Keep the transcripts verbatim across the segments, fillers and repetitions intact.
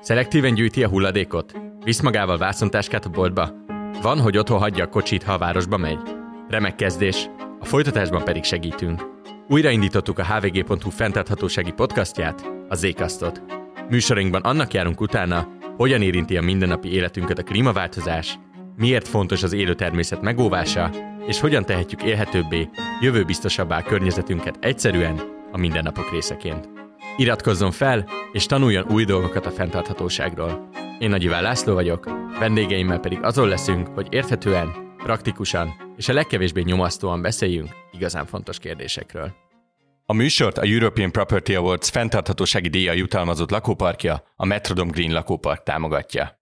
Szelektíven gyűjti a hulladékot? Visz magával vászontáskát a boltba? Van, hogy otthon hagyja a kocsit, ha a városba megy? Remek kezdés, a folytatásban pedig segítünk. Újraindítottuk a há vé gé pont hú fenntarthatósági podcastját, a Zcastot. Műsorunkban annak járunk utána, hogyan érinti a mindennapi életünket a klímaváltozás, miért fontos az élő természet megóvása, és hogyan tehetjük élhetőbbé, jövőbiztosabbá a környezetünket egyszerűen a mindennapok részeként. Iratkozzon fel, és tanuljon új dolgokat a fenntarthatóságról. Én Nagy Iván László vagyok, vendégeimmel pedig azon leszünk, hogy érthetően, praktikusan és a legkevésbé nyomasztóan beszéljünk igazán fontos kérdésekről. A műsort a European Property Awards fenntarthatósági díjjal jutalmazott lakóparkja, a Metrodome Green lakópark támogatja.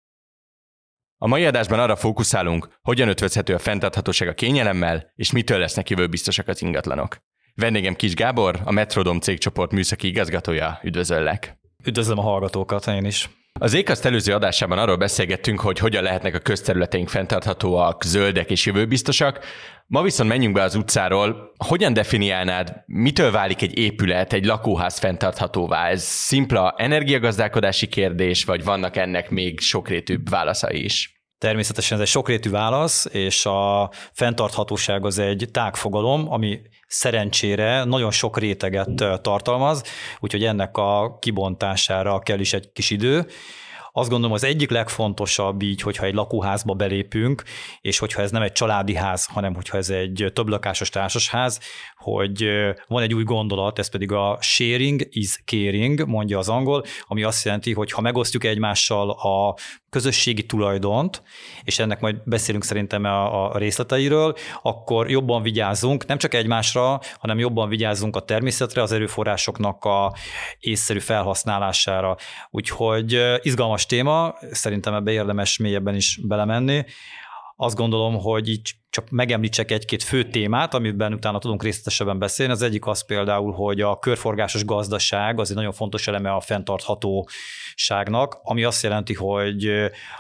A mai adásban arra fókuszálunk, hogyan ötvözhető a fenntarthatóság a kényelemmel, és mitől lesznek jövőbiztosak az ingatlanok. Vendégem Kiss Gábor, a Metrodome cégcsoport műszaki igazgatója. Üdvözöllek! Üdvözlöm a hallgatókat, én is. Az Zcast előző adásában arról beszélgettünk, hogy hogyan lehetnek a közterületeink fenntarthatóak, zöldek és jövőbiztosak. Ma viszont menjünk be az utcáról. Hogyan definiálnád, mitől válik egy épület, egy lakóház fenntarthatóvá? Ez szimpla energiagazdálkodási kérdés, vagy vannak ennek még sokrétűbb válaszai is? Természetesen ez egy sokrétű válasz, és a fenntarthatóság az egy tágfogalom, ami szerencsére nagyon sok réteget tartalmaz, úgyhogy ennek a kibontására kell is egy kis idő. Azt gondolom, az egyik legfontosabb így, hogyha egy lakóházba belépünk, és hogyha ez nem egy családi ház, hanem hogyha ez egy többlakásos társasház, hogy van egy új gondolat, ez pedig a sharing is caring, mondja az angol, ami azt jelenti, hogy ha megosztjuk egymással a közösségi tulajdont, és ennek majd beszélünk szerintem a részleteiről, akkor jobban vigyázzunk, nem csak egymásra, hanem jobban vigyázzunk a természetre, az erőforrásoknak a észszerű felhasználására. Úgyhogy izgalmas téma, szerintem ebbe érdemes mélyebben is belemenni. Azt gondolom, hogy így csak megemlítsek egy-két fő témát, amiben utána tudunk részletesebben beszélni. Az egyik az például, hogy a körforgásos gazdaság az egy nagyon fontos eleme a fenntarthatóságnak, ami azt jelenti, hogy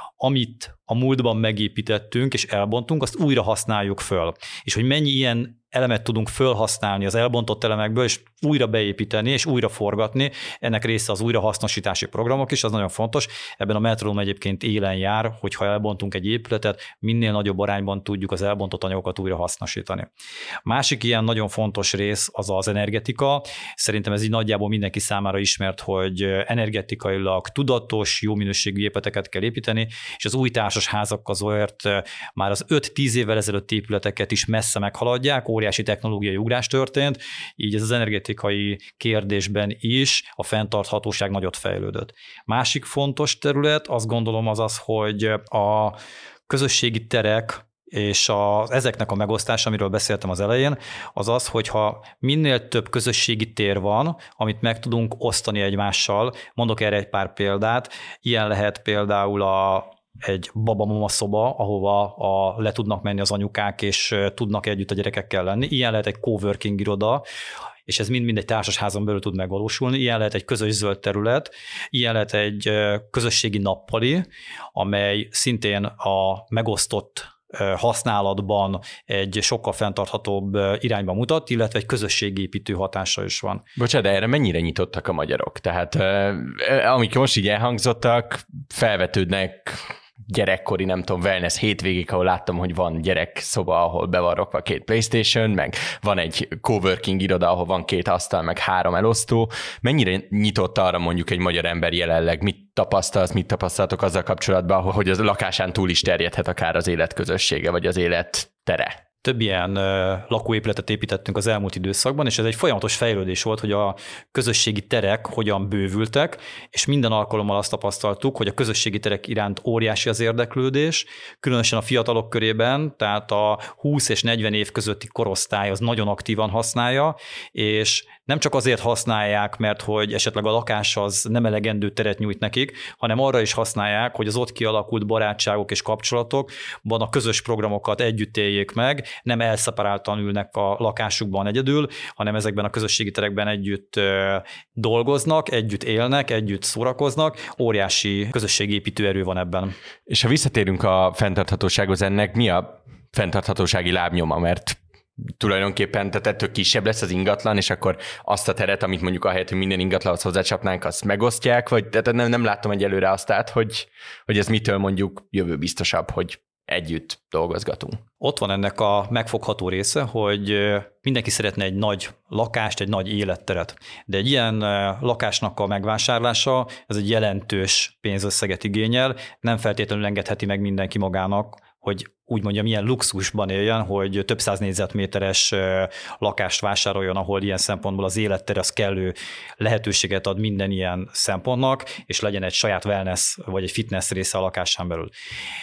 amit a múltban megépítettünk és elbontunk, azt újra használjuk föl. És hogy mennyi ilyen elemet tudunk fölhasználni az elbontott elemekből, és újra beépíteni, és újra forgatni. Ennek része az újrahasznosítási programok is, az nagyon fontos. Ebben a Metrodome egyébként élen jár, hogyha elbontunk egy épületet, minél nagyobb arányban tudjuk az elbontott anyagokat újra hasznosítani. Másik ilyen nagyon fontos rész az az energetika. Szerintem ez így nagyjából mindenki számára ismert, hogy energetikailag tudatos, jó minőségű épületeket kell építeni, és az új társasházak azért már az öt-tíz évvel ezelőtt épületeket is messze meghaladják, óriási technológiai ugrás történt, így ez az energetikai kérdésben is a fenntarthatóság nagyot fejlődött. Másik fontos terület, azt gondolom az az, hogy a közösségi terek és a, ezeknek a megosztása, amiről beszéltem az elején, az az, hogyha minél több közösségi tér van, amit meg tudunk osztani egymással, mondok erre egy pár példát, ilyen lehet például a egy baba-mama szoba, ahova a, le tudnak menni az anyukák, és tudnak együtt a gyerekekkel lenni. Ilyen lehet egy coworking iroda, és ez mind-mind egy társasházon belül tud megvalósulni. Ilyen lehet egy közös zöld terület, ilyen lehet egy közösségi nappali, amely szintén a megosztott használatban egy sokkal fenntarthatóbb irányba mutat, illetve egy közösségépítő hatása is van. Bocsánat, de erre mennyire nyitottak a magyarok? Tehát amik most így elhangzottak, felvetődnek gyerekkori, nem tudom, wellness hétvégig, ahol láttam, hogy van gyerekszoba, ahol be van rakva két PlayStation, meg van egy coworking iroda, ahol van két asztal, meg három elosztó. Mennyire nyitott arra mondjuk egy magyar ember jelenleg, mit tapasztalsz, mit tapasztaltok azzal kapcsolatban, hogy az lakásán túl is terjedhet akár az életközössége, vagy az élettere? Több ilyen lakóépületet építettünk az elmúlt időszakban, és ez egy folyamatos fejlődés volt, hogy a közösségi terek hogyan bővültek, és minden alkalommal azt tapasztaltuk, hogy a közösségi terek iránt óriási az érdeklődés, különösen a fiatalok körében, tehát a húsz és negyven év közötti korosztály az nagyon aktívan használja, és nem csak azért használják, mert hogy esetleg a lakás az nem elegendő teret nyújt nekik, hanem arra is használják, hogy az ott kialakult barátságok és kapcsolatokban a közös programokat együtt éljék meg, nem elszeparáltan ülnek a lakásukban egyedül, hanem ezekben a közösségi terekben együtt dolgoznak, együtt élnek, együtt szórakoznak, óriási közösségépítő erő van ebben. És ha visszatérünk a fenntarthatósághoz, ennek mi a fenntarthatósági lábnyoma, mert tulajdonképpen, tehát ettől kisebb lesz az ingatlan, és akkor azt a teret, amit mondjuk ahelyett, hogy minden ingatlanhoz hozzácsapnánk, azt megosztják, vagy tehát nem, nem látom egyelőre azt át, hogy, hogy ez mitől mondjuk jövőbiztosabb, hogy együtt dolgozgatunk. Ott van ennek a megfogható része, hogy mindenki szeretne egy nagy lakást, egy nagy életteret. De egy ilyen lakásnak a megvásárlása, ez egy jelentős pénzösszeget igényel, nem feltétlenül engedheti meg mindenki magának, hogy úgy mondjam, ilyen luxusban éljen, hogy több száz négyzetméteres lakást vásároljon, ahol ilyen szempontból az élettér az kellő lehetőséget ad minden ilyen szempontnak, és legyen egy saját wellness vagy egy fitness része a lakásán belül.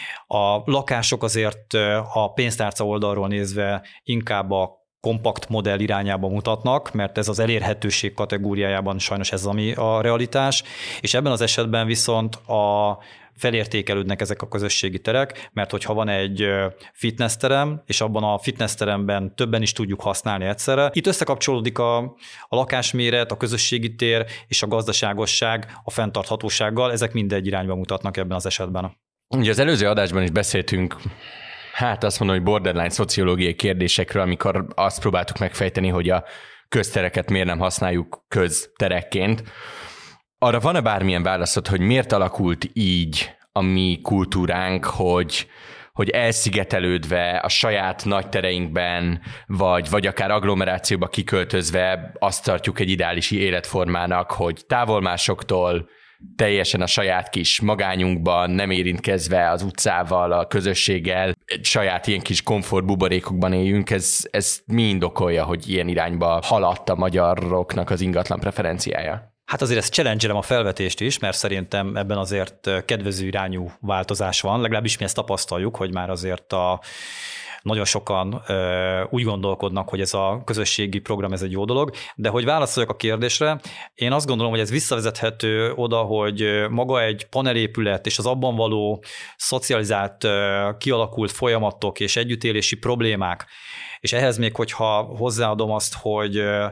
A lakások azért a pénztárca oldalról nézve inkább a kompakt modell irányába mutatnak, mert ez az elérhetőség kategóriájában sajnos ez ami a realitás, és ebben az esetben viszont a felértékelődnek ezek a közösségi terek, mert hogyha van egy fitnessterem, és abban a fitnessteremben többen is tudjuk használni egyszerre, itt összekapcsolódik a, a lakásméret, a közösségi tér és a gazdaságosság a fenntarthatósággal, ezek mindegy irányba mutatnak ebben az esetben. Ugye az előző adásban is beszéltünk, hát azt mondom, hogy borderline szociológiai kérdésekről, amikor azt próbáltuk megfejteni, hogy a köztereket miért nem használjuk közterekként. Arra van-e bármilyen válaszod, hogy miért alakult így a mi kultúránk, hogy, hogy elszigetelődve a saját nagy tereinkben, vagy, vagy akár agglomerációba kiköltözve azt tartjuk egy ideális életformának, hogy távol másoktól, teljesen a saját kis magányunkban, nem érintkezve az utcával, a közösséggel, saját ilyen kis komfort buborékokban éljünk, ez, ez mi indokolja, hogy ilyen irányba haladt a magyaroknak az ingatlan preferenciája? Hát azért ezt challenge-elem a felvetést is, mert szerintem ebben azért kedvező irányú változás van, legalábbis mi ezt tapasztaljuk, hogy már azért a nagyon sokan ö, úgy gondolkodnak, hogy ez a közösségi program ez egy jó dolog, de hogy válaszoljak a kérdésre, én azt gondolom, hogy ez visszavezethető oda, hogy maga egy panelépület és az abban való szocializált, ö, kialakult folyamatok és együttélési problémák, és ehhez még, hogyha hozzáadom azt, hogy ö,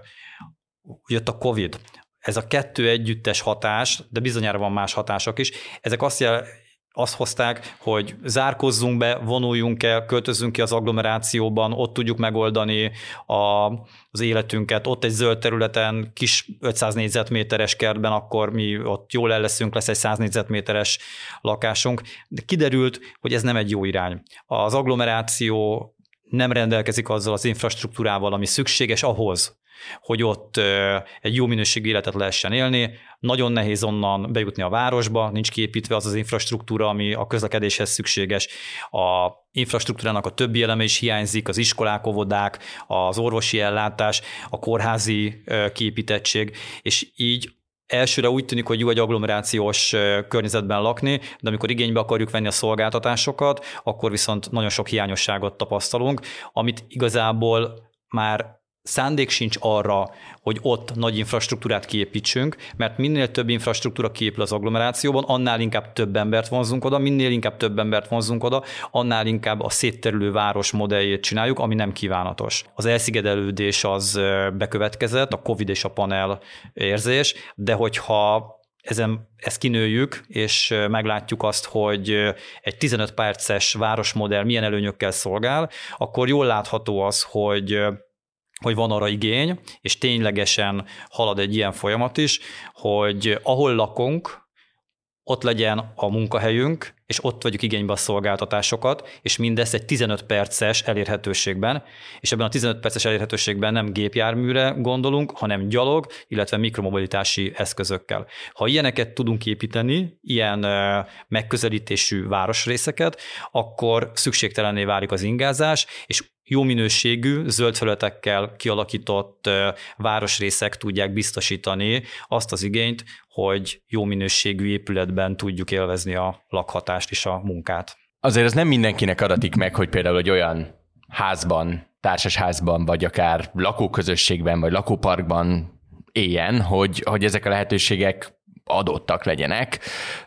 jött a Covid, ez a kettő együttes hatás, de bizonyára van más hatások is, ezek azt jel, azt hozták, hogy zárkozzunk be, vonuljunk el, költözzünk ki az agglomerációban, ott tudjuk megoldani a, az életünket, ott egy zöld területen, kis ötszáz négyzetméteres kertben, akkor mi ott jól el leszünk, lesz egy száz négyzetméteres lakásunk. De kiderült, hogy ez nem egy jó irány. Az agglomeráció nem rendelkezik azzal az infrastruktúrával, ami szükséges ahhoz, hogy ott egy jó minőségű életet lehessen élni. Nagyon nehéz onnan bejutni a városba, nincs kiépítve az az infrastruktúra, ami a közlekedéshez szükséges. A infrastruktúrának a többi eleme is hiányzik, az iskolák, óvodák, az orvosi ellátás, a kórházi kiépítettség, és így elsőre úgy tűnik, hogy jó egy agglomerációs környezetben lakni, de amikor igénybe akarjuk venni a szolgáltatásokat, akkor viszont nagyon sok hiányosságot tapasztalunk, amit igazából már szándék sincs arra, hogy ott nagy infrastruktúrát kiépítsünk, mert minél több infrastruktúra kiépül az agglomerációban, annál inkább több embert vonzunk oda, minél inkább több embert vonzunk oda, annál inkább a szétterülő város modelljét csináljuk, ami nem kívánatos. Az elszigetelődés az bekövetkezett, a Covid és a panel érzés, de hogyha ezen, ezt kinőjük, és meglátjuk azt, hogy egy tizenöt perces városmodell milyen előnyökkel szolgál, akkor jól látható az, hogy hogy van arra igény, és ténylegesen halad egy ilyen folyamat is, hogy ahol lakunk, ott legyen a munkahelyünk, és ott vegyük igénybe a szolgáltatásokat, és mindezt egy tizenöt perces elérhetőségben, és ebben a tizenöt perces elérhetőségben nem gépjárműre gondolunk, hanem gyalog, illetve mikromobilitási eszközökkel. Ha ilyeneket tudunk építeni, ilyen megközelítésű városrészeket, akkor szükségtelenné válik az ingázás, és jó minőségű, zöld felületekkel kialakított városrészek tudják biztosítani azt az igényt, hogy jó minőségű épületben tudjuk élvezni a lakhatást és a munkát. Azért ez nem mindenkinek adatik meg, hogy például egy olyan házban, társasházban, vagy akár lakóközösségben, vagy lakóparkban éljen, hogy, hogy ezek a lehetőségek adottak legyenek.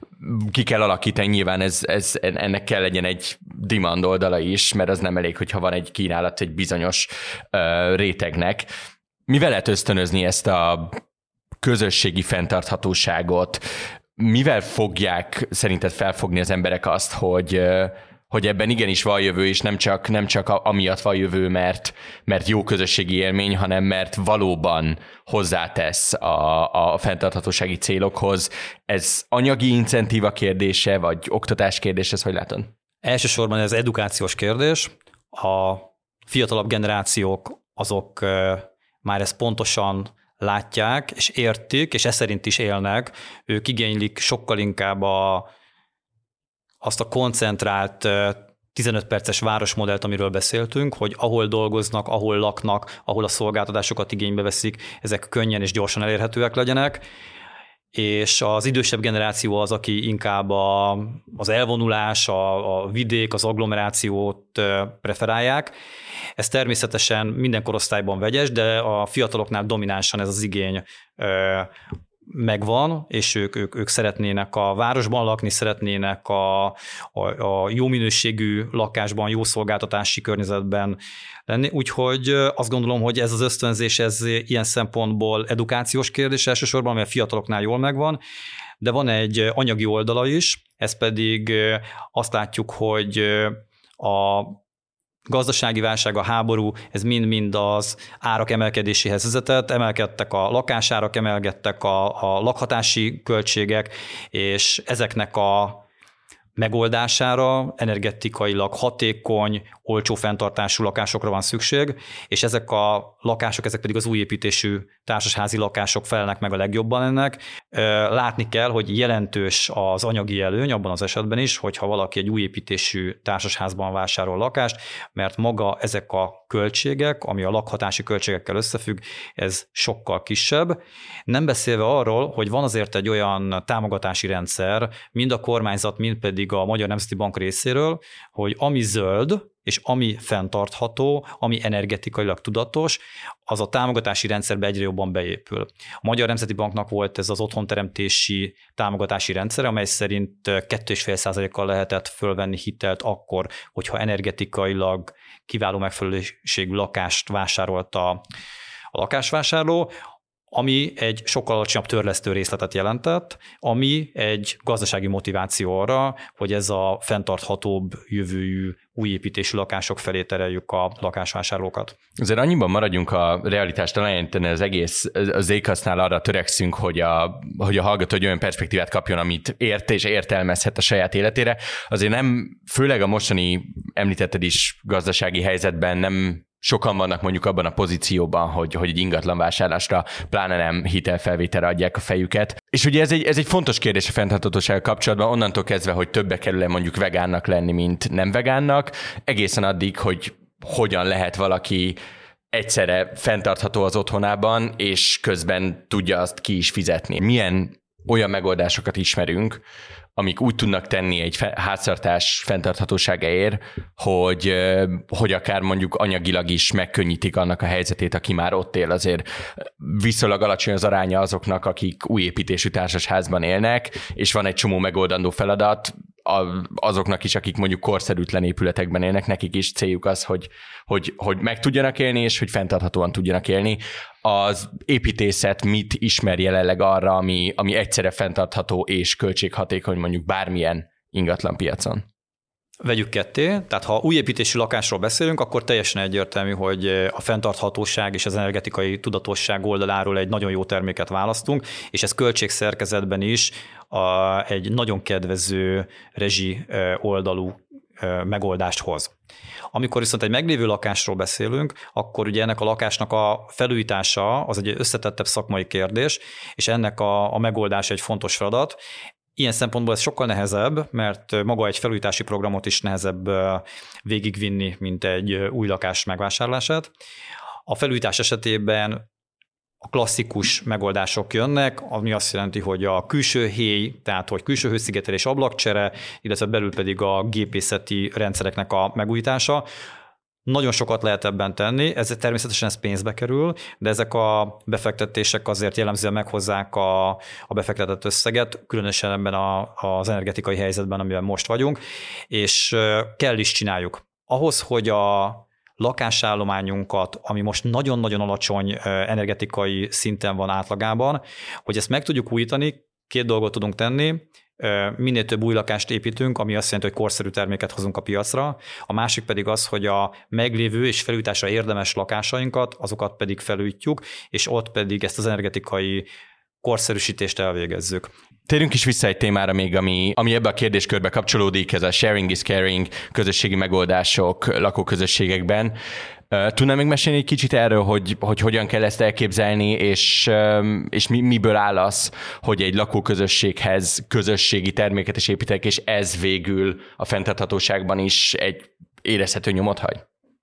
Ki kell alakítani, nyilván ez, ez, ennek kell legyen egy demand oldala is, mert az nem elég, hogyha van egy kínálat egy bizonyos uh, rétegnek. Mivel lehet ösztönözni ezt a közösségi fenntarthatóságot? Mivel fogják szerinted felfogni az emberek azt, hogy, uh, hogy ebben igenis van jövő, és nem csak, nem csak amiatt van jövő, mert, mert jó közösségi élmény, hanem mert valóban hozzátesz a, a fenntarthatósági célokhoz. Ez anyagi incentíva kérdése, vagy oktatás kérdése, ez hogy látod? Elsősorban ez edukációs kérdés. A fiatalabb generációk azok már ezt pontosan látják, és értik, és ez szerint is élnek. Ők igénylik sokkal inkább a, azt a koncentrált tizenöt perces városmodellt, amiről beszéltünk, hogy ahol dolgoznak, ahol laknak, ahol a szolgáltatásokat igénybe veszik, ezek könnyen és gyorsan elérhetőek legyenek, és az idősebb generáció az, aki inkább a, az elvonulás, a, a vidék, az agglomerációt preferálják. Ez természetesen minden korosztályban vegyes, de a fiataloknál dominánsan ez az igény megvan, és ők, ők, ők szeretnének a városban lakni, szeretnének a, a, a jó minőségű lakásban, jó szolgáltatási környezetben lenni. Úgyhogy azt gondolom, hogy ez az ösztönzés, ez ilyen szempontból edukációs kérdés elsősorban, ami a fiataloknál jól megvan, de van egy anyagi oldala is, ez pedig azt látjuk, hogy a gazdasági válság, a háború, ez mind-mind az árak emelkedéséhez vezetett, emelkedtek a lakásárak, emelkedtek a, a lakhatási költségek, és ezeknek a megoldására energetikailag hatékony, olcsó fenntartású lakásokra van szükség, és ezek a lakások, ezek pedig az új építésű társasházi lakások felelnek meg a legjobban ennek. Látni kell, hogy jelentős az anyagi előny abban az esetben is, hogyha valaki egy új építésű társasházban vásárol lakást, mert maga ezek a költségek, ami a lakhatási költségekkel összefügg, ez sokkal kisebb. Nem beszélve arról, hogy van azért egy olyan támogatási rendszer, mind a kormányzat, mind pedig a Magyar Nemzeti Bank részéről, hogy ami zöld, és ami fenntartható, ami energetikailag tudatos, az a támogatási rendszerbe egyre jobban beépül. A Magyar Nemzeti Banknak volt ez az otthonteremtési támogatási rendszer, amely szerint két egész öt százalékkal lehetett fölvenni hitelt akkor, hogyha energetikailag kiváló megfelelőségű lakást vásárolt a, a lakásvásárló, ami egy sokkal alacsonyabb törlesztő részletet jelentett, ami egy gazdasági motiváció arra, hogy ez a fenntarthatóbb jövőjű új építésű lakások felé tereljük a lakásvásárlókat. Azért annyiban maradjunk a realitás talaján, az egész az éghasznál arra törekszünk, hogy a, hogy a hallgató egy olyan perspektívát kapjon, amit ért és értelmezhet a saját életére. Azért nem, főleg a mostani, említetted is, gazdasági helyzetben nem sokan vannak mondjuk abban a pozícióban, hogy, hogy egy ingatlan vásárlásra pláne nem hitelfelvételre adják a fejüket. És ugye ez egy, ez egy fontos kérdés a fenntarthatósággal kapcsolatban, onnantól kezdve, hogy többe kerül mondjuk vegánnak lenni, mint nem vegánnak, egészen addig, hogy hogyan lehet valaki egyszerre fenntartható az otthonában, és közben tudja azt ki is fizetni. Milyen olyan megoldásokat ismerünk, amik úgy tudnak tenni egy háztartás fenntarthatóságáért, hogy, hogy akár mondjuk anyagilag is megkönnyítik annak a helyzetét, aki már ott él. Azért viszonylag alacsony az aránya azoknak, akik új építésű társasházban élnek, és van egy csomó megoldandó feladat, azoknak is, akik mondjuk korszerűtlen épületekben élnek, nekik is céljuk az, hogy, hogy, hogy meg tudjanak élni, és hogy fenntarthatóan tudjanak élni. Az építészet mit ismer jelenleg arra, ami, ami egyszerre fenntartható és költséghatékony mondjuk bármilyen ingatlan piacon? Vegyük ketté, tehát ha új építésű lakásról beszélünk, akkor teljesen egyértelmű, hogy a fenntarthatóság és az energetikai tudatosság oldaláról egy nagyon jó terméket választunk, és ez költségszerkezetben is a, egy nagyon kedvező rezsi oldalú megoldást hoz. Amikor viszont egy meglévő lakásról beszélünk, akkor ugye ennek a lakásnak a felújítása az egy összetettebb szakmai kérdés, és ennek a, a megoldása egy fontos feladat. Ilyen szempontból ez sokkal nehezebb, mert maga egy felújítási programot is nehezebb végigvinni, mint egy új lakás megvásárlását. A felújítás esetében a klasszikus megoldások jönnek, ami azt jelenti, hogy a külső héj, tehát hogy külső hőszigetelés, ablakcsere, illetve belül pedig a gépészeti rendszereknek a megújítása. Nagyon sokat lehet ebben tenni, ez természetesen ez pénzbe kerül, de ezek a befektetések azért jellemzően meghozzák a, a befektetett összeget, különösen ebben a, az energetikai helyzetben, amiben most vagyunk, és kell is csináljuk. Ahhoz, hogy a lakásállományunkat, ami most nagyon-nagyon alacsony energetikai szinten van átlagában, hogy ezt meg tudjuk újítani, két dolgot tudunk tenni. minél több új lakást építünk, ami azt jelenti, hogy korszerű terméket hozunk a piacra, a másik pedig az, hogy a meglévő és felújításra érdemes lakásainkat, azokat pedig felújítjuk, és ott pedig ezt az energetikai korszerűsítést elvégezzük. Térjünk is vissza egy témára még, ami, ami ebbe a kérdéskörbe kapcsolódik, ez a sharing is caring, közösségi megoldások lakóközösségekben. Tudnál még mesélni egy kicsit erről, hogy, hogy hogyan kell ezt elképzelni, és, és mi, miből áll az, hogy egy lakóközösséghez közösségi terméket is építek, és ez végül a fenntarthatóságban is egy érezhető nyomot hagy?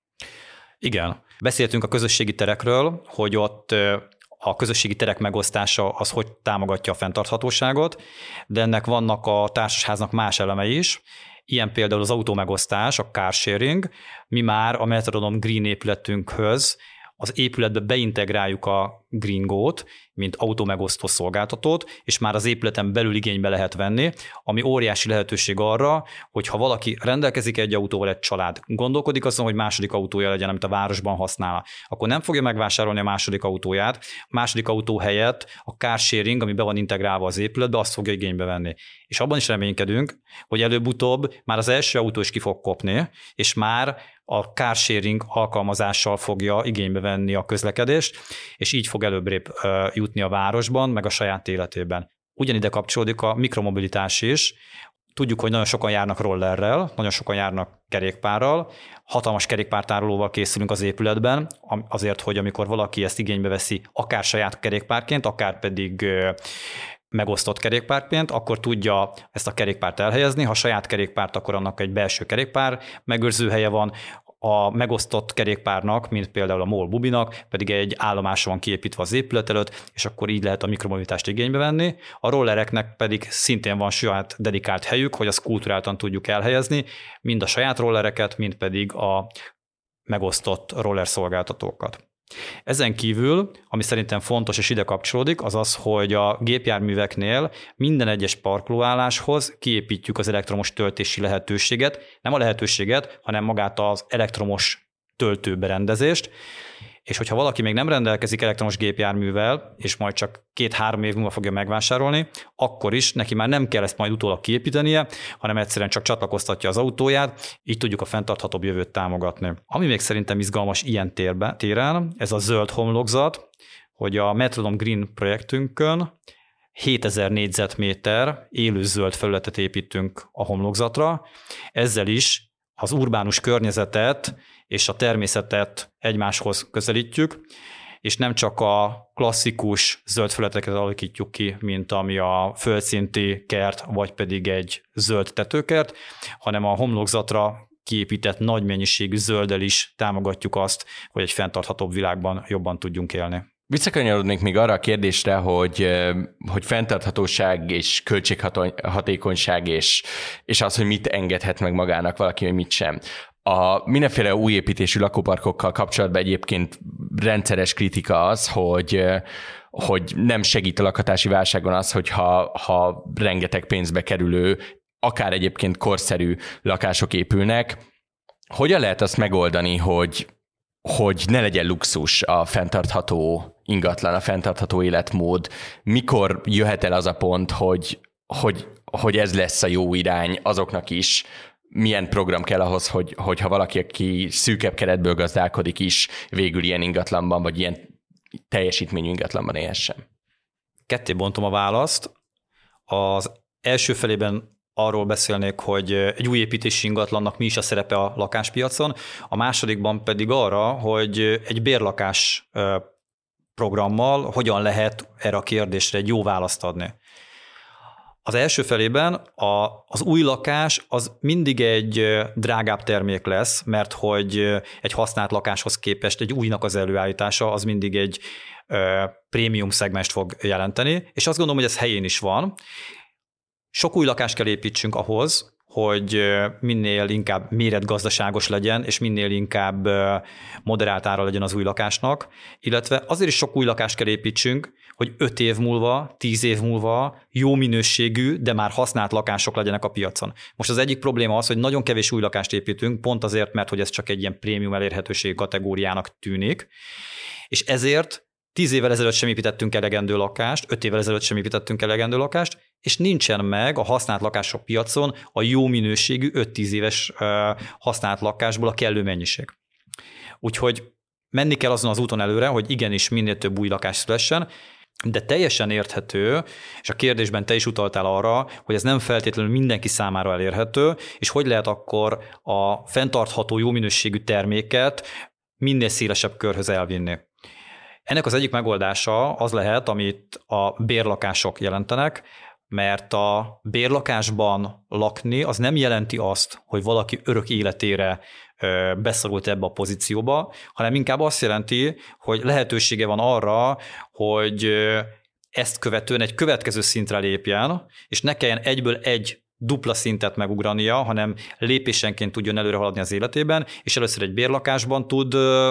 Igen. Beszéltünk a közösségi terekről, hogy ott a közösségi terek megosztása az hogy támogatja a fenntarthatóságot, de ennek vannak a társasháznak más elemei is, ilyen például az autómegosztás, a car sharing. Mi már a Metronom Green épületünkhöz az épületbe beintegráljuk a GreenGo-t, mint autómegosztó szolgáltatót, és már az épületen belül igénybe lehet venni, ami óriási lehetőség arra, hogy ha valaki rendelkezik egy autóval, egy család, gondolkodik azon, hogy második autója legyen, amit a városban használ, akkor nem fogja megvásárolni a második autóját, a második autó helyett a car sharing, ami be van integrálva az épületbe, azt fogja igénybe venni. És abban is reménykedünk, hogy előbb-utóbb már az első autó is ki fog kopni, és már a car sharing alkalmazással fogja igénybe venni a közlekedést, és így fog előbbrébb jutni a városban, meg a saját életében. Ugyanide kapcsolódik a mikromobilitás is. Tudjuk, hogy nagyon sokan járnak rollerrel, nagyon sokan járnak kerékpárral, hatalmas kerékpártárolóval készülünk az épületben, azért, hogy amikor valaki ezt igénybe veszi, akár saját kerékpárként, akár pedig megosztott kerékpárként, akkor tudja ezt a kerékpárt elhelyezni. Ha saját kerékpárt, akkor annak egy belső kerékpár megőrző helye van, a megosztott kerékpárnak, mint például a MOL Bubinak, pedig egy állomása van kiépítve az épület előtt, és akkor így lehet a mikromobilitást igénybe venni. A rollereknek pedig szintén van saját dedikált helyük, hogy azt kulturáltan tudjuk elhelyezni, mind a saját rollereket, mind pedig a megosztott roller szolgáltatókat. Ezen kívül, ami szerintem fontos és ide kapcsolódik, az az, hogy a gépjárműveknél minden egyes parkolóálláshoz kiépítjük az elektromos töltési lehetőséget, nem a lehetőséget, hanem magát az elektromos töltőberendezést, és hogyha valaki még nem rendelkezik elektromos gépjárművel, és majd csak két-három év múlva fogja megvásárolni, akkor is neki már nem kell ezt majd utólag kiépítenie, hanem egyszerűen csak csatlakoztatja az autóját, így tudjuk a fenntarthatóbb jövőt támogatni. Ami még szerintem izgalmas ilyen térben, téren, ez a zöld homlokzat, hogy a Metronom Green projektünkön hétezer négyzetméter élő zöld felületet építünk a homlokzatra, ezzel is az urbánus környezetet és a természetet egymáshoz közelítjük, és nem csak a klasszikus zöld felületeket alakítjuk ki, mint ami a földszinti kert, vagy pedig egy zöld tetőkert, hanem a homlokzatra kiépített nagy mennyiségű zölddel is támogatjuk azt, hogy egy fenntarthatóbb világban jobban tudjunk élni. Visszakanyarodnék még arra a kérdésre, hogy, hogy fenntarthatóság és költséghatékonyság és, és az, hogy mit engedhet meg magának valaki, hogy mit sem. A mindenféle új építésű lakóparkokkal kapcsolatban egyébként rendszeres kritika az, hogy, hogy nem segít a lakhatási válságon az, hogyha ha rengeteg pénzbe kerülő, akár egyébként korszerű lakások épülnek. Hogyan lehet azt megoldani, hogy, hogy ne legyen luxus a fenntartható ingatlan, a fenntartható életmód? Mikor jöhet el az a pont, hogy, hogy, hogy ez lesz a jó irány azoknak is? Milyen program kell ahhoz, hogy, hogyha valaki, aki szűkebb keretből gazdálkodik is, végül ilyen ingatlanban, vagy ilyen teljesítményű ingatlanban élhessen? Ketté bontom a választ. Az első felében arról beszélnék, hogy egy új építési ingatlannak mi is a szerepe a lakáspiacon, a másodikban pedig arra, hogy egy bérlakás programmal hogyan lehet erre a kérdésre egy jó választ adni. Az első felében a, az új lakás az mindig egy drágább termék lesz, mert hogy egy használt lakáshoz képest egy újnak az előállítása az mindig egy ö, prémium szegmest fog jelenteni, és azt gondolom, hogy ez helyén is van. Sok új lakást kell építsünk ahhoz, hogy minél inkább méretgazdaságos legyen, és minél inkább moderált ára legyen az új lakásnak, illetve azért is sok új lakást kell építsünk, hogy öt év múlva, tíz év múlva jó minőségű, de már használt lakások legyenek a piacon. Most az egyik probléma az, hogy nagyon kevés új lakást építünk, pont azért, mert hogy ez csak egy ilyen prémium elérhetőség kategóriának tűnik, és ezért tíz évvel ezelőtt sem építettünk elegendő lakást, öt évvel ezelőtt sem építettünk elegendő lakást, és nincsen meg a használt lakások piacon a jó minőségű öt-tíz éves használt lakásból a kellő mennyiség. Úgyhogy menni kell azon az úton előre, hogy igenis minél több új lakás szülessen, de teljesen érthető, és a kérdésben te is utaltál arra, hogy ez nem feltétlenül mindenki számára elérhető, és hogy lehet akkor a fenntartható jó minőségű terméket minél szélesebb körhöz elvinni. Ennek az egyik megoldása az lehet, amit a bérlakások jelentenek, mert a bérlakásban lakni az nem jelenti azt, hogy valaki örök életére beszorult ebbe a pozícióba, hanem inkább azt jelenti, hogy lehetősége van arra, hogy ezt követően egy következő szintre lépjen, és ne kelljen egyből egy dupla szintet megugrania, hanem lépésenként tudjon előre haladni az életében, és először egy bérlakásban tud,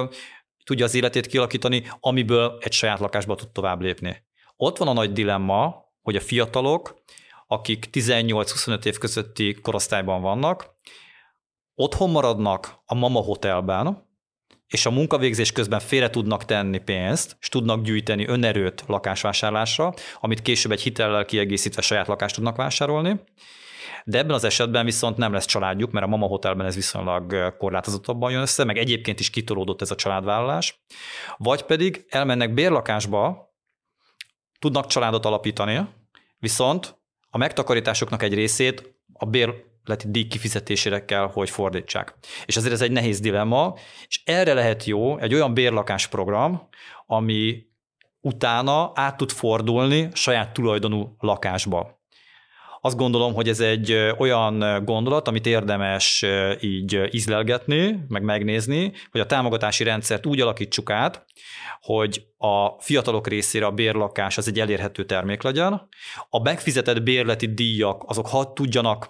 tudja az életét kialakítani, amiből egy saját lakásba tud tovább lépni. Ott van a nagy dilemma, hogy a fiatalok, akik tizennyolc-huszonöt év közötti korosztályban vannak, otthon maradnak a mama hotelben, és a munkavégzés közben félre tudnak tenni pénzt, és tudnak gyűjteni önerőt lakásvásárlásra, amit később egy hitellel kiegészítve saját lakást tudnak vásárolni. De ebben az esetben viszont nem lesz családjuk, mert a mama hotelben ez viszonylag korlátozottabban jön össze, meg egyébként is kitolódott ez a családvállalás. Vagy pedig elmennek bérlakásba, tudnak családot alapítani, viszont a megtakarításoknak egy részét a bérleti díj kifizetésére kell, hogy fordítsák. És ezért ez egy nehéz dilemma, és erre lehet jó egy olyan bérlakásprogram, ami utána át tud fordulni saját tulajdonú lakásba. Azt gondolom, hogy ez egy olyan gondolat, amit érdemes így ízlelgetni, meg megnézni, hogy a támogatási rendszert úgy alakítsuk át, hogy a fiatalok részére a bérlakás az egy elérhető termék legyen, a megfizetett bérleti díjak azok ha tudjanak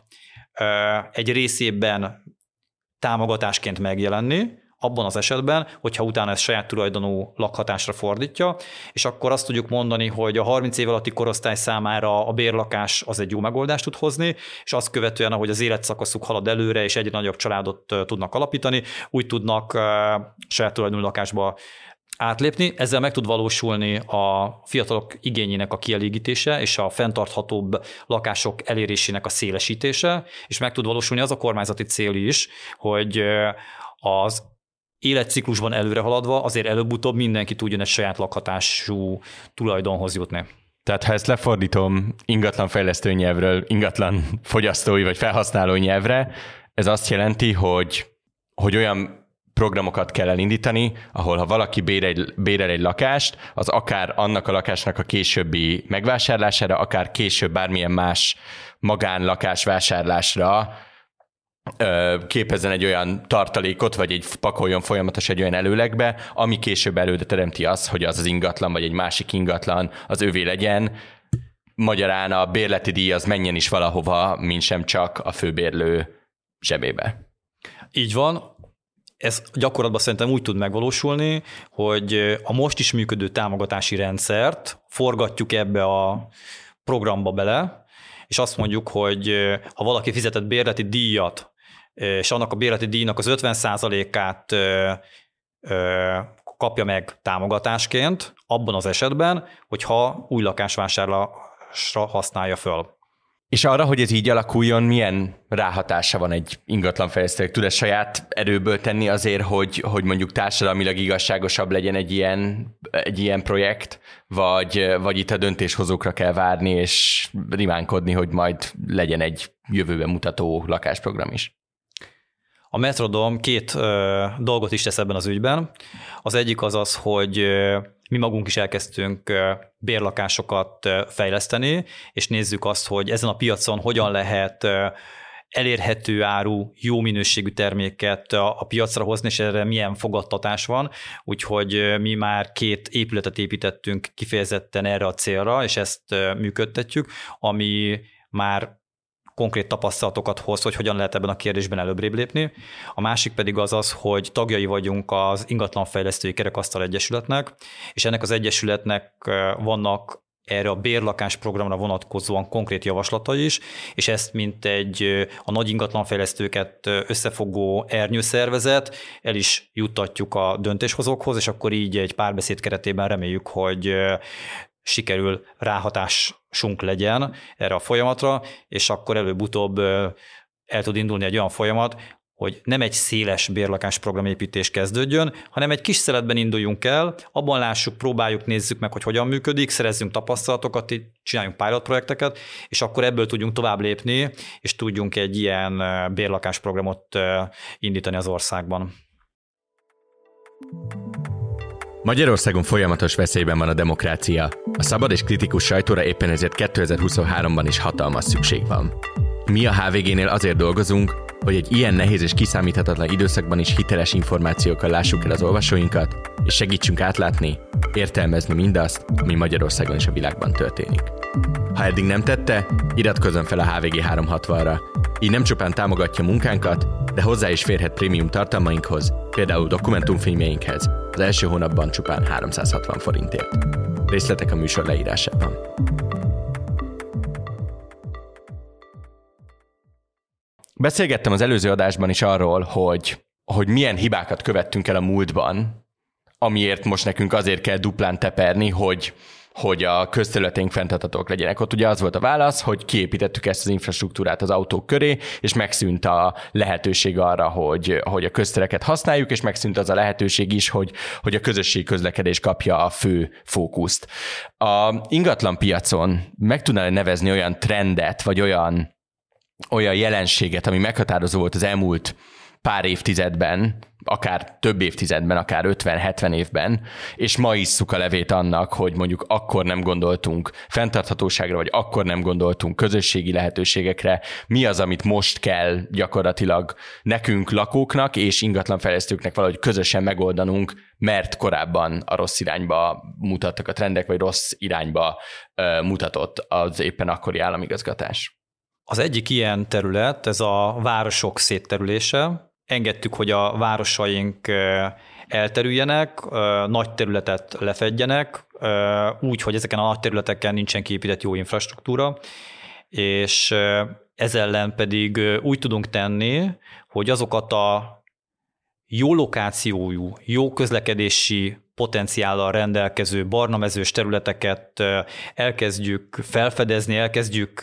egy részében támogatásként megjelenni, abban az esetben, hogyha utána ezt saját tulajdonú lakhatásra fordítja, és akkor azt tudjuk mondani, hogy a harminc év alatti korosztály számára a bérlakás az egy jó megoldást tud hozni, és azt követően, ahogy az életszakaszuk halad előre, és egyre nagyobb családot tudnak alapítani, úgy tudnak saját tulajdonú lakásba átlépni. Ezzel meg tud valósulni a fiatalok igényének a kielégítése és a fenntarthatóbb lakások elérésének a szélesítése, és meg tud valósulni az a kormányzati cél is, hogy az életciklusban előre haladva azért előbb-utóbb mindenki tudjon egy saját lakhatású tulajdonhoz jutni. Tehát ha ezt lefordítom ingatlan fejlesztő nyelvről ingatlan fogyasztói vagy felhasználó nyelvre, ez azt jelenti, hogy, hogy olyan programokat kell elindítani, ahol ha valaki bérel, bérel egy lakást, az akár annak a lakásnak a későbbi megvásárlására, akár később bármilyen más magánlakás vásárlásra képezzen egy olyan tartalékot, vagy egy pakoljon folyamatos egy olyan előlegbe, ami később előre teremti azt, hogy az az ingatlan, vagy egy másik ingatlan az övé legyen. Magyarán a bérleti díj az menjen is valahova, mint sem csak a főbérlő zsebébe. Így van. Ez gyakorlatban szerintem úgy tud megvalósulni, hogy a most is működő támogatási rendszert forgatjuk ebbe a programba bele, és azt mondjuk, hogy ha valaki fizetett bérleti díjat, és annak a bérleti díjnak az ötven százalékát kapja meg támogatásként, abban az esetben, hogyha új lakásvásárlásra használja föl. És arra, hogy ez így alakuljon, milyen ráhatása van egy ingatlanfejlesztőnek? Tud ez saját erőből tenni azért, hogy, hogy mondjuk társadalmilag igazságosabb legyen egy ilyen, egy ilyen projekt, vagy, vagy itt a döntéshozókra kell várni, és rimánkodni, hogy majd legyen egy jövőben mutató lakásprogram is? A Metrodom két ö, dolgot is tesz ebben az ügyben. Az egyik az az, hogy ö, mi magunk is elkezdtünk ö, bérlakásokat ö, fejleszteni, és nézzük azt, hogy ezen a piacon hogyan lehet ö, elérhető áru, jó minőségű terméket a, a piacra hozni, és erre milyen fogadtatás van. Úgyhogy ö, mi már két épületet építettünk kifejezetten erre a célra, és ezt ö, működtetjük, ami már konkrét tapasztalatokat hoz, hogy hogyan lehet ebben a kérdésben előbbre lépni. A másik pedig az az, hogy tagjai vagyunk az Ingatlanfejlesztői Kerekasztal Egyesületnek, és ennek az egyesületnek vannak erre a bérlakás programra vonatkozóan konkrét javaslatai is, és ezt mint egy a nagy ingatlanfejlesztőket összefogó ernyőszervezet el is juttatjuk a döntéshozókhoz, és akkor így egy párbeszéd keretében reméljük, hogy sikerül ráhatásunk legyen erre a folyamatra, és akkor előbb-utóbb el tud indulni egy olyan folyamat, hogy nem egy széles bérlakás programépítés kezdődjön, hanem egy kis szeletben induljunk el, abban lássuk, próbáljuk, nézzük meg, hogy hogyan működik, szerezzünk tapasztalatokat, csináljunk pilot projekteket, és akkor ebből tudjunk tovább lépni, és tudjunk egy ilyen bérlakás programot indítani az országban. Magyarországon folyamatos veszélyben van a demokrácia. A szabad és kritikus sajtóra éppen ezért kétezer-huszonháromban is hatalmas szükség van. Mi a há vé génél azért dolgozunk, hogy egy ilyen nehéz és kiszámíthatatlan időszakban is hiteles információkkal lássuk el az olvasóinkat, és segítsünk átlátni, értelmezni mindazt, ami Magyarországon és a világban történik. Ha eddig nem tette, iratkozzon fel a há vé gé háromszázhatvanra. Így nem csupán támogatja munkánkat, de hozzá is férhet prémium tartalmainkhoz, például dokumentumfilmjeinkhez, az első hónapban csupán háromszázhatvan forintért. Részletek a műsor leírásában. Beszélgettem az előző adásban is arról, hogy, hogy milyen hibákat követtünk el a múltban, amiért most nekünk azért kell duplán teperni, hogy, hogy a közterületeink fenntarthatók legyenek. Ott ugye az volt a válasz, hogy kiépítettük ezt az infrastruktúrát az autók köré, és megszűnt a lehetőség arra, hogy, hogy a köztereket használjuk, és megszűnt az a lehetőség is, hogy, hogy a közösségi közlekedés kapja a fő fókuszt. A ingatlan piacon meg tudnál nevezni olyan trendet, vagy olyan olyan jelenséget, ami meghatározó volt az elmúlt pár évtizedben, akár több évtizedben, akár ötven-hetven évben, és ma isszuk a levét annak, hogy mondjuk akkor nem gondoltunk fenntarthatóságra, vagy akkor nem gondoltunk közösségi lehetőségekre. Mi az, amit most kell gyakorlatilag nekünk, lakóknak és ingatlanfejlesztőknek valahogy közösen megoldanunk, mert korábban a rossz irányba mutattak a trendek, vagy rossz irányba uh, mutatott az éppen akkori államigazgatás. Az egyik ilyen terület, ez a városok szétterülése. Engedtük, hogy a városaink elterüljenek, nagy területet lefedjenek, úgy, hogy ezeken a nagy területeken nincsen kiépített jó infrastruktúra, és ez ellen pedig úgy tudunk tenni, hogy azokat a jó lokációjú, jó közlekedési potenciállal rendelkező barnamezős területeket elkezdjük felfedezni, elkezdjük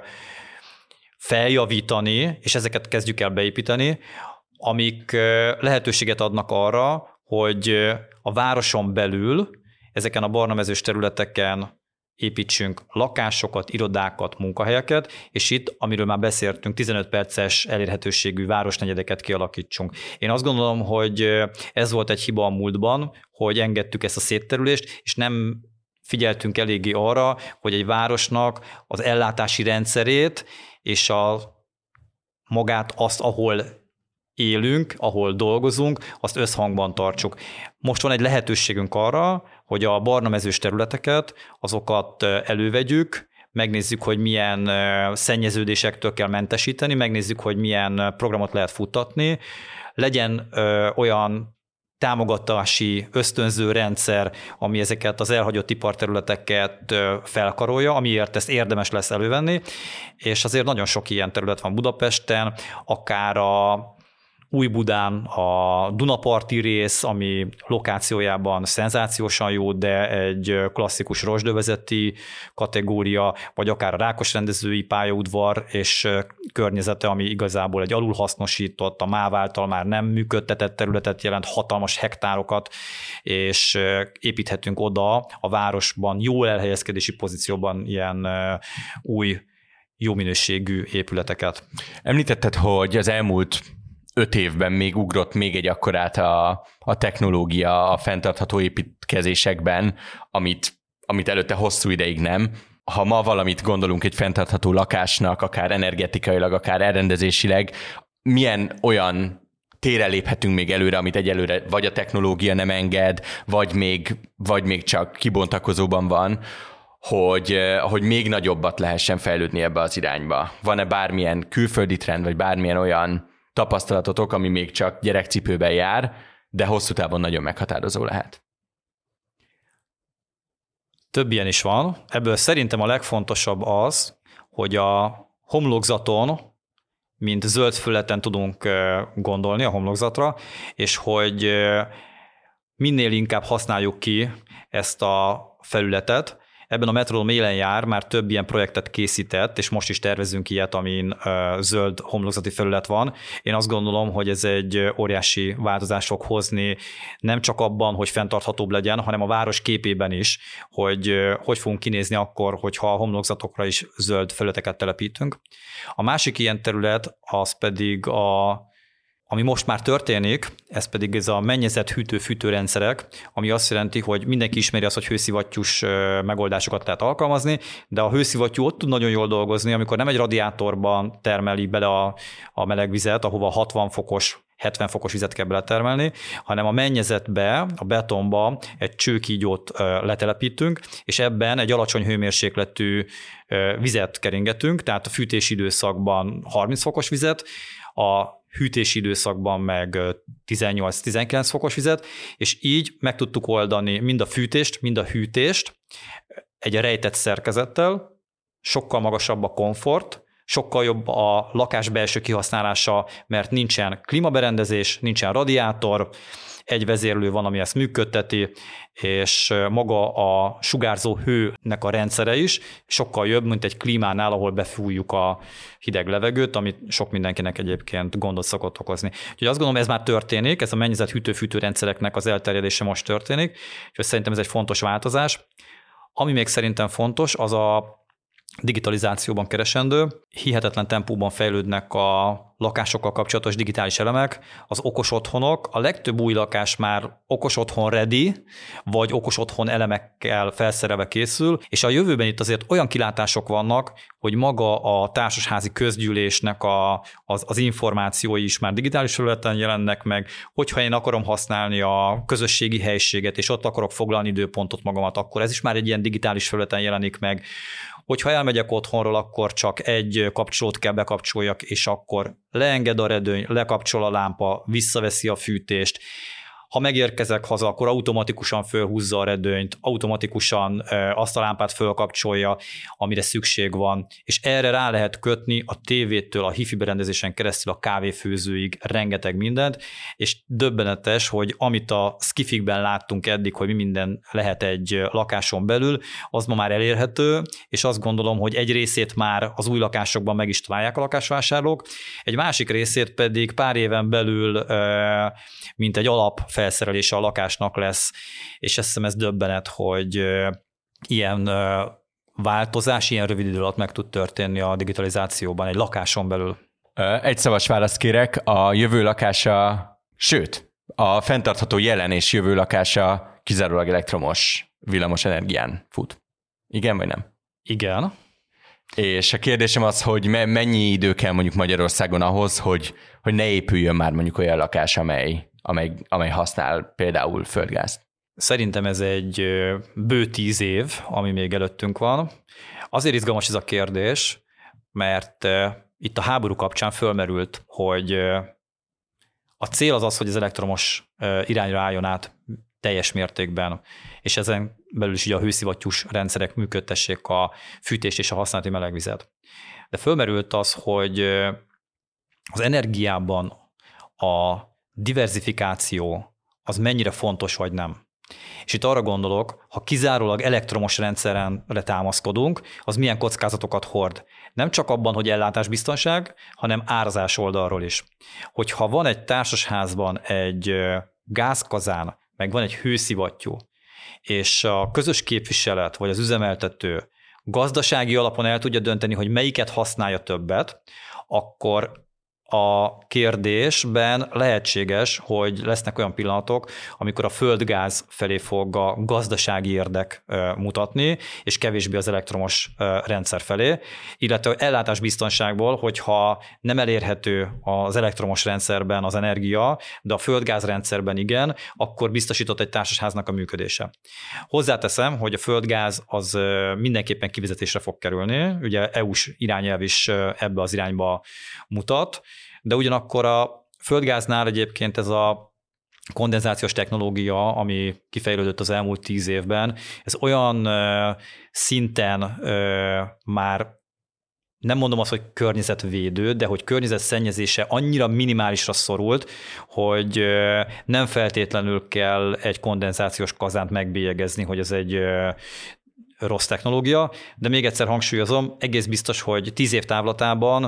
feljavítani, és ezeket kezdjük el beépíteni, amik lehetőséget adnak arra, hogy a városon belül ezeken a barnamezős területeken építsünk lakásokat, irodákat, munkahelyeket, és itt, amiről már beszéltünk, tizenöt perces elérhetőségű városnegyedeket kialakítsunk. Én azt gondolom, hogy ez volt egy hiba a múltban, hogy engedtük ezt a szétterülést, és nem figyeltünk eléggé arra, hogy egy városnak az ellátási rendszerét és a magát azt, ahol élünk, ahol dolgozunk, azt összhangban tartsuk. Most van egy lehetőségünk arra, hogy a barnamezős területeket, azokat elővegyük, megnézzük, hogy milyen szennyeződésektől kell mentesíteni, megnézzük, hogy milyen programot lehet futtatni, legyen ö, olyan támogatási ösztönző rendszer, ami ezeket az elhagyott iparterületeket felkarolja, amiért ezt érdemes lesz elővenni, és azért nagyon sok ilyen terület van Budapesten, akár a Új-Budán a Dunaparti rész, ami lokációjában szenzációsan jó, de egy klasszikus rozsdövezeti kategória, vagy akár a Rákosrendezői pályaudvar és környezete, ami igazából egy alulhasznosított, a MÁV által már nem működtetett területet jelent, hatalmas hektárokat, és építhetünk oda a városban jó elhelyezkedési pozícióban ilyen új, jó minőségű épületeket. Említetted, hogy az elmúlt öt évben még ugrott még egy akkorát a, a technológia a fenntartható építkezésekben, amit, amit előtte hosszú ideig nem. Ha ma valamit gondolunk egy fenntartható lakásnak, akár energetikailag, akár elrendezésileg, milyen olyan térre léphetünk még előre, amit egyelőre vagy a technológia nem enged, vagy még, vagy még csak kibontakozóban van, hogy, hogy még nagyobbat lehessen fejlődni ebbe az irányba. Van-e bármilyen külföldi trend, vagy bármilyen olyan tapasztalatotok, ami még csak gyerekcipőben jár, de hosszú távon nagyon meghatározó lehet? Több ilyen is van. Ebből szerintem a legfontosabb az, hogy a homlokzaton, mint zöld föleten tudunk gondolni a homlokzatra, és hogy minél inkább használjuk ki ezt a felületet. ebben a metrodóm élen jár, már több ilyen projektet készített, és most is tervezünk ilyet, amin uh, zöld homlokzati felület van. Én azt gondolom, hogy ez egy óriási változást fog hozni, nem csak abban, hogy fenntarthatóbb legyen, hanem a város képében is, hogy uh, hogy fogunk kinézni akkor, hogyha a homlokzatokra is zöld felületeket telepítünk. A másik ilyen terület az pedig a ami most már történik, ez pedig ez a mennyezet hűtő-fűtőrendszerek, ami azt jelenti, hogy mindenki ismeri azt, hogy hőszivattyús megoldásokat lehet alkalmazni, de a hőszivattyú ott tud nagyon jól dolgozni, amikor nem egy radiátorban termeli bele a, a meleg vizet, ahova hatvan fokos, hetven fokos vizet kell beletermelni, hanem a mennyezetbe, a betonba egy csőkígyót letelepítünk, és ebben egy alacsony hőmérsékletű vizet keringetünk, tehát a fűtési időszakban harminc fokos vizet, a hűtési időszakban meg tizennyolc-tizenkilenc fokos vizet, és így meg tudtuk oldani mind a fűtést, mind a hűtést egy rejtett szerkezettel, sokkal magasabb a komfort, sokkal jobb a lakás belső kihasználása, mert nincsen klímaberendezés, nincsen radiátor, egy vezérlő van, ami ezt működteti, és maga a sugárzó hőnek a rendszere is sokkal jobb, mint egy klímánál, ahol befújjuk a hideg levegőt, amit sok mindenkinek egyébként gondot szokott okozni. Úgyhogy azt gondolom, ez már történik, ez a mennyezet hűtő-fűtő rendszereknek az elterjedése most történik, és szerintem ez egy fontos változás. Ami még szerintem fontos, az a digitalizációban keresendő. Hihetetlen tempóban fejlődnek a lakásokkal kapcsolatos digitális elemek, az okos otthonok. A legtöbb új lakás már okos otthon ready, vagy okos otthon elemekkel felszerelve készül, és a jövőben itt azért olyan kilátások vannak, hogy maga a társasházi közgyűlésnek a, az, az információi is már digitális felületen jelennek meg, hogyha én akarom használni a közösségi helyiséget, és ott akarok foglalni időpontot magamat, akkor ez is már egy ilyen digitális felületen jelenik meg. Hogyha elmegyek otthonról, akkor csak egy kapcsolót kell bekapcsoljak, és akkor leenged a redőny, lekapcsol a lámpa, visszaveszi a fűtést. Ha megérkezek haza, akkor automatikusan fölhúzza a redőnyt, automatikusan azt a lámpát fölkapcsolja, amire szükség van, és erre rá lehet kötni a tévétől, a hifi berendezésen keresztül a kávéfőzőig rengeteg mindent, és döbbenetes, hogy amit a skifikben láttunk eddig, hogy mi minden lehet egy lakáson belül, az ma már elérhető, és azt gondolom, hogy egy részét már az új lakásokban meg is találják a lakásvásárlók, egy másik részét pedig pár éven belül, mint egy alap felszerelése a lakásnak lesz, és azt hiszem ez döbbenet, hogy ilyen változás ilyen rövid idő alatt meg tud történni a digitalizációban egy lakáson belül. Egy szavas választ kérek, a jövő lakása, sőt, a fenntartható jelen és jövő lakása kizárólag elektromos villamos energián fut. Igen vagy nem? Igen. És a kérdésem az, hogy mennyi idő kell mondjuk Magyarországon ahhoz, hogy, hogy ne épüljön már mondjuk olyan lakás, amely Amely, amely használ például földgázt. Szerintem ez egy bő tíz év, ami még előttünk van. Azért izgalmas ez a kérdés, mert itt a háború kapcsán fölmerült, hogy a cél az az, hogy az elektromos irányra álljon át teljes mértékben, és ezen belül is ugye a hőszivattyús rendszerek működtessék a fűtést és a használati melegvizet. De fölmerült az, hogy az energiában a diverzifikáció az mennyire fontos, vagy nem. És itt arra gondolok, ha kizárólag elektromos rendszerre támaszkodunk, az milyen kockázatokat hord. Nem csak abban, hogy ellátásbiztonság, hanem árazás oldalról is. Hogyha van egy társasházban egy gázkazán, meg van egy hőszivattyú, és a közös képviselet, vagy az üzemeltető gazdasági alapon el tudja dönteni, hogy melyiket használja többet, akkor a kérdésben lehetséges, hogy lesznek olyan pillanatok, amikor a földgáz felé fog a gazdasági érdek mutatni, és kevésbé az elektromos rendszer felé, illetve ellátásbiztonságból, hogyha nem elérhető az elektromos rendszerben az energia, de a földgáz rendszerben igen, akkor biztosított egy társasháznak a működése. Hozzáteszem, hogy a földgáz az mindenképpen kivezetésre fog kerülni, ugye é u-s irányelv is ebbe az irányba mutat, de ugyanakkor a földgáznál egyébként ez a kondenzációs technológia, ami kifejlődött az elmúlt tíz évben, ez olyan uh, szinten uh, már nem mondom azt, hogy környezetvédő, de hogy környezetszennyezése annyira minimálisra szorult, hogy uh, nem feltétlenül kell egy kondenzációs kazánt megbélyegezni, hogy ez egy uh, rossz technológia, de még egyszer hangsúlyozom, egész biztos, hogy tíz év távlatában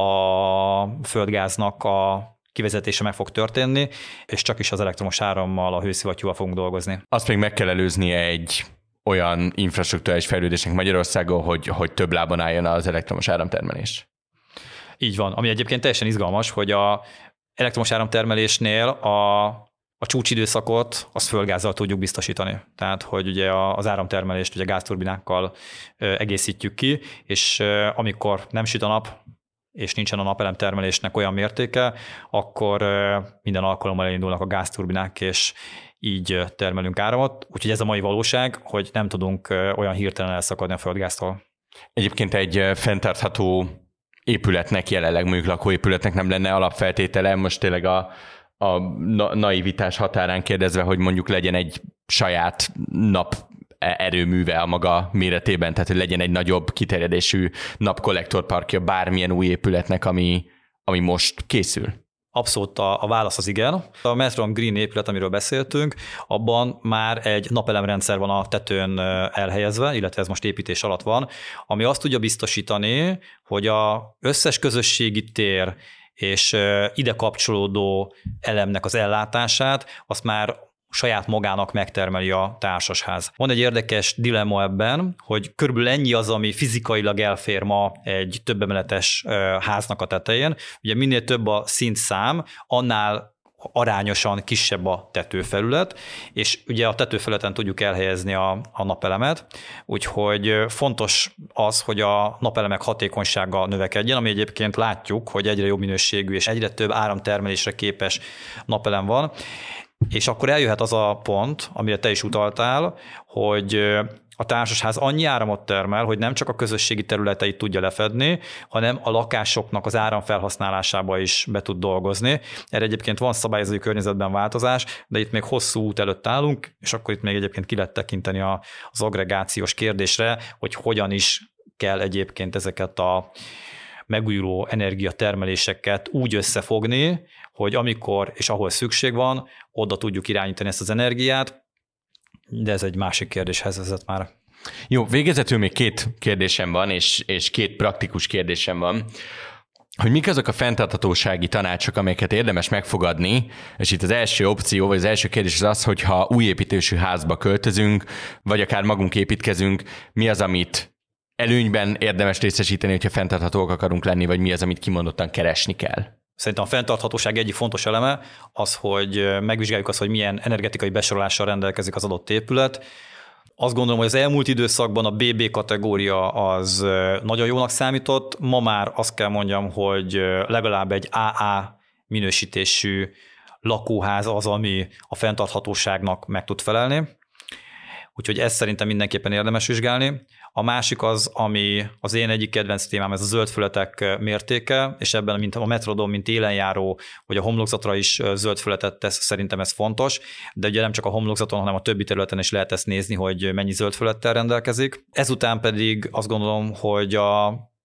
a földgáznak a kivezetése meg fog történni, és csak is az elektromos árammal, a hőszivattyúval fogunk dolgozni. Azt még meg kell előznie egy olyan infrastruktúrális fejlődésnek Magyarországon, hogy, hogy több lábon álljon az elektromos áramtermelés. Így van, ami egyébként teljesen izgalmas, hogy a elektromos áramtermelésnél a, a csúcsidőszakot azt földgázzal tudjuk biztosítani. Tehát, hogy ugye az áramtermelést ugye gázturbinákkal egészítjük ki, és amikor nem süt a nap, és nincsen a napelemtermelésnek olyan mértéke, akkor minden alkalommal elindulnak a gázturbinák, és így termelünk áramot. Úgyhogy ez a mai valóság, hogy nem tudunk olyan hirtelen elszakadni a földgáztól. Egyébként egy fenntartható épületnek, jelenleg mondjuk lakóépületnek nem lenne alapfeltétele, most tényleg a, a naivitás határán kérdezve, hogy mondjuk legyen egy saját nap erőműve a maga méretében, tehát hogy legyen egy nagyobb kiterjedésű napkollektorparkja bármilyen új épületnek, ami, ami most készül? Abszolút a, a válasz az igen. A Metron Green épület, amiről beszéltünk, abban már egy napelemrendszer van a tetőn elhelyezve, illetve ez most építés alatt van, ami azt tudja biztosítani, hogy az összes közösségi tér és ide kapcsolódó elemnek az ellátását, azt már saját magának megtermeli a társasház. Van egy érdekes dilemma ebben, hogy körülbelül ennyi az, ami fizikailag elfér ma egy többemeletes háznak a tetején. Ugye minél több a szintszám, annál arányosan kisebb a tetőfelület, és ugye a tetőfelületen tudjuk elhelyezni a, a napelemet, úgyhogy fontos az, hogy a napelemek hatékonysága növekedjen, ami egyébként látjuk, hogy egyre jobb minőségű és egyre több áramtermelésre képes napelem van. És akkor eljöhet az a pont, amire te is utaltál, hogy a társasház annyi áramot termel, hogy nem csak a közösségi területeit tudja lefedni, hanem a lakásoknak az áramfelhasználásába is be tud dolgozni. Erre egyébként van szabályozói környezetben változás, de itt még hosszú út előtt állunk, és akkor itt még egyébként ki lehet tekinteni az agregációs kérdésre, hogy hogyan is kell egyébként ezeket a megújuló energiatermeléseket úgy összefogni, hogy amikor és ahol szükség van, oda tudjuk irányítani ezt az energiát, de ez egy másik kérdéshez vezet már. Jó, végezetül még két kérdésem van, és, és két praktikus kérdésem van, hogy mik azok a fenntarthatósági tanácsok, amelyeket érdemes megfogadni, és itt az első opció, vagy az első kérdés az az, hogy ha új építésű házba költözünk, vagy akár magunk építkezünk, mi az, amit előnyben érdemes részesíteni, hogyha fenntarthatóak akarunk lenni, vagy mi az, amit kimondottan keresni kell? Szerintem a fenntarthatóság egyik fontos eleme az, hogy megvizsgáljuk azt, hogy milyen energetikai besorolással rendelkezik az adott épület. Azt gondolom, hogy az elmúlt időszakban a bé bé kategória az nagyon jónak számított. Ma már azt kell mondjam, hogy legalább egy á á minősítésű lakóház az, ami a fenntarthatóságnak meg tud felelni. Úgyhogy ezt szerintem mindenképpen érdemes vizsgálni. A másik az, ami az én egyik kedvenc témám, ez a zöldfölöttek mértéke, és ebben mint a Metrodon, mint élenjáró, vagy a homlokzatra is zöldfölötet tesz, szerintem ez fontos, de ugye nem csak a homlokzaton, hanem a többi területen is lehet ezt nézni, hogy mennyi zöldfölöttel rendelkezik. Ezután pedig azt gondolom, hogy a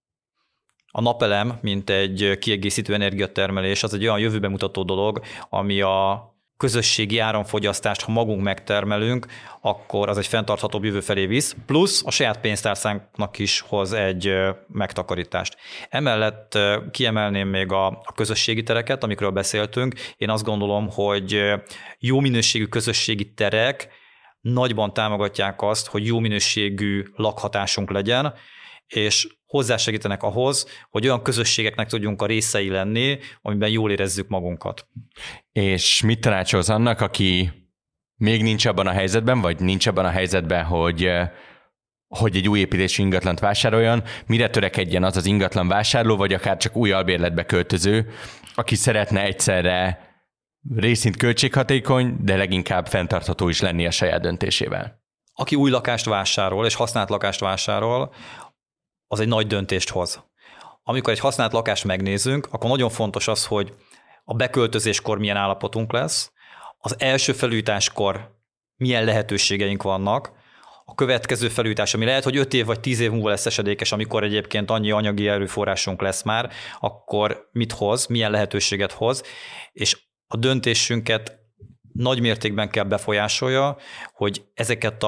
A napelem, mint egy kiegészítő energiatermelés, az egy olyan jövőbe mutató dolog, ami a közösségi áramfogyasztást, ha magunk megtermelünk, akkor az egy fenntarthatóbb jövő felé visz, plusz a saját pénztárcánknak is hoz egy megtakarítást. Emellett kiemelném még a, a közösségi tereket, amikről beszéltünk. Én azt gondolom, hogy jó minőségű közösségi terek nagyban támogatják azt, hogy jó minőségű lakhatásunk legyen, és hozzásegítenek ahhoz, hogy olyan közösségeknek tudjunk a részei lenni, amiben jól érezzük magunkat. És mit tanácsolsz annak, aki még nincs abban a helyzetben, vagy nincs abban a helyzetben, hogy, hogy egy új építésű ingatlant vásároljon, mire törekedjen az az ingatlan vásárló, vagy akár csak új albérletbe költöző, aki szeretne egyszerre részint költséghatékony, de leginkább fenntartható is lenni a saját döntésével? Aki új lakást vásárol, és használt lakást vásárol, az egy nagy döntést hoz. Amikor egy használt lakást megnézünk, akkor nagyon fontos az, hogy a beköltözéskor milyen állapotunk lesz, az első felújításkor milyen lehetőségeink vannak, a következő felújítás, ami lehet, hogy öt év vagy tíz év múlva lesz esedékes, amikor egyébként annyi anyagi erőforrásunk lesz már, akkor mit hoz, milyen lehetőséget hoz, és a döntésünket nagy mértékben kell befolyásolja, hogy ezeket a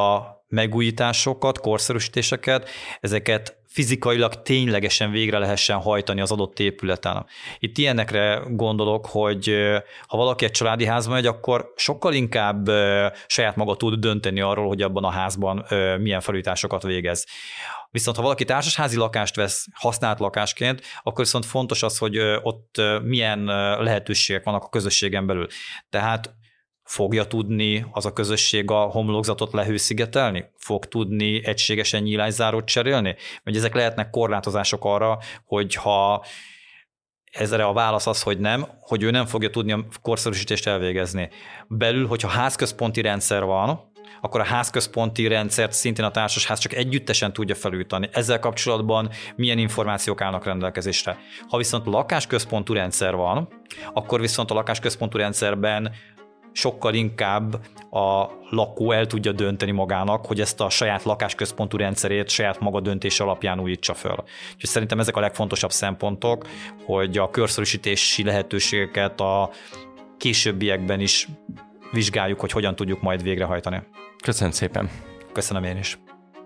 megújításokat, korszerűsítéseket, ezeket fizikailag ténylegesen végre lehessen hajtani az adott épületen. Itt ilyenekre gondolok, hogy ha valaki egy családi házba megy, akkor sokkal inkább saját maga tud dönteni arról, hogy abban a házban milyen felújításokat végez. Viszont ha valaki társasházi lakást vesz használt lakásként, akkor viszont fontos az, hogy ott milyen lehetőségek vannak a közösségen belül. Tehát fogja tudni az a közösség a homlokzatot lehőszigetelni? Fog tudni egységesen nyílászárót cserélni? Vagy ezek lehetnek korlátozások arra, hogy ha ezre a válasz az, hogy nem, hogy ő nem fogja tudni a korszerűsítést elvégezni. Belül, hogyha házközponti rendszer van, akkor a házközponti rendszert szintén a társasház csak együttesen tudja felújítani. Ezzel kapcsolatban milyen információk állnak rendelkezésre. Ha viszont lakásközpontú rendszer van, akkor viszont a lakásközpontú rendszerben sokkal inkább a lakó el tudja dönteni magának, hogy ezt a saját lakásközpontú rendszerét saját maga döntése alapján újítsa föl. Úgyhogy szerintem ezek a legfontosabb szempontok, hogy a korszerűsítési lehetőségeket a későbbiekben is vizsgáljuk, hogy hogyan tudjuk majd végrehajtani. Köszönöm szépen. Köszönöm én is.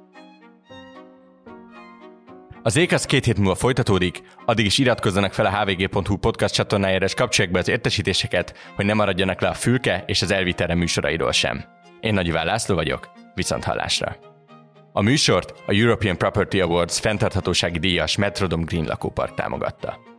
Az Ékasz két hét múlva folytatódik, addig is iratkozzanak fel a há vé gé pont hú podcast csatornájára, és kapcsolják be az értesítéseket, hogy ne maradjanak le a Fülke és az Elvitelre műsorairól sem. Én Nagy Iván László vagyok, viszont hallásra. A műsort a European Property Awards fenntarthatósági díjas Metrodom Green lakópark támogatta.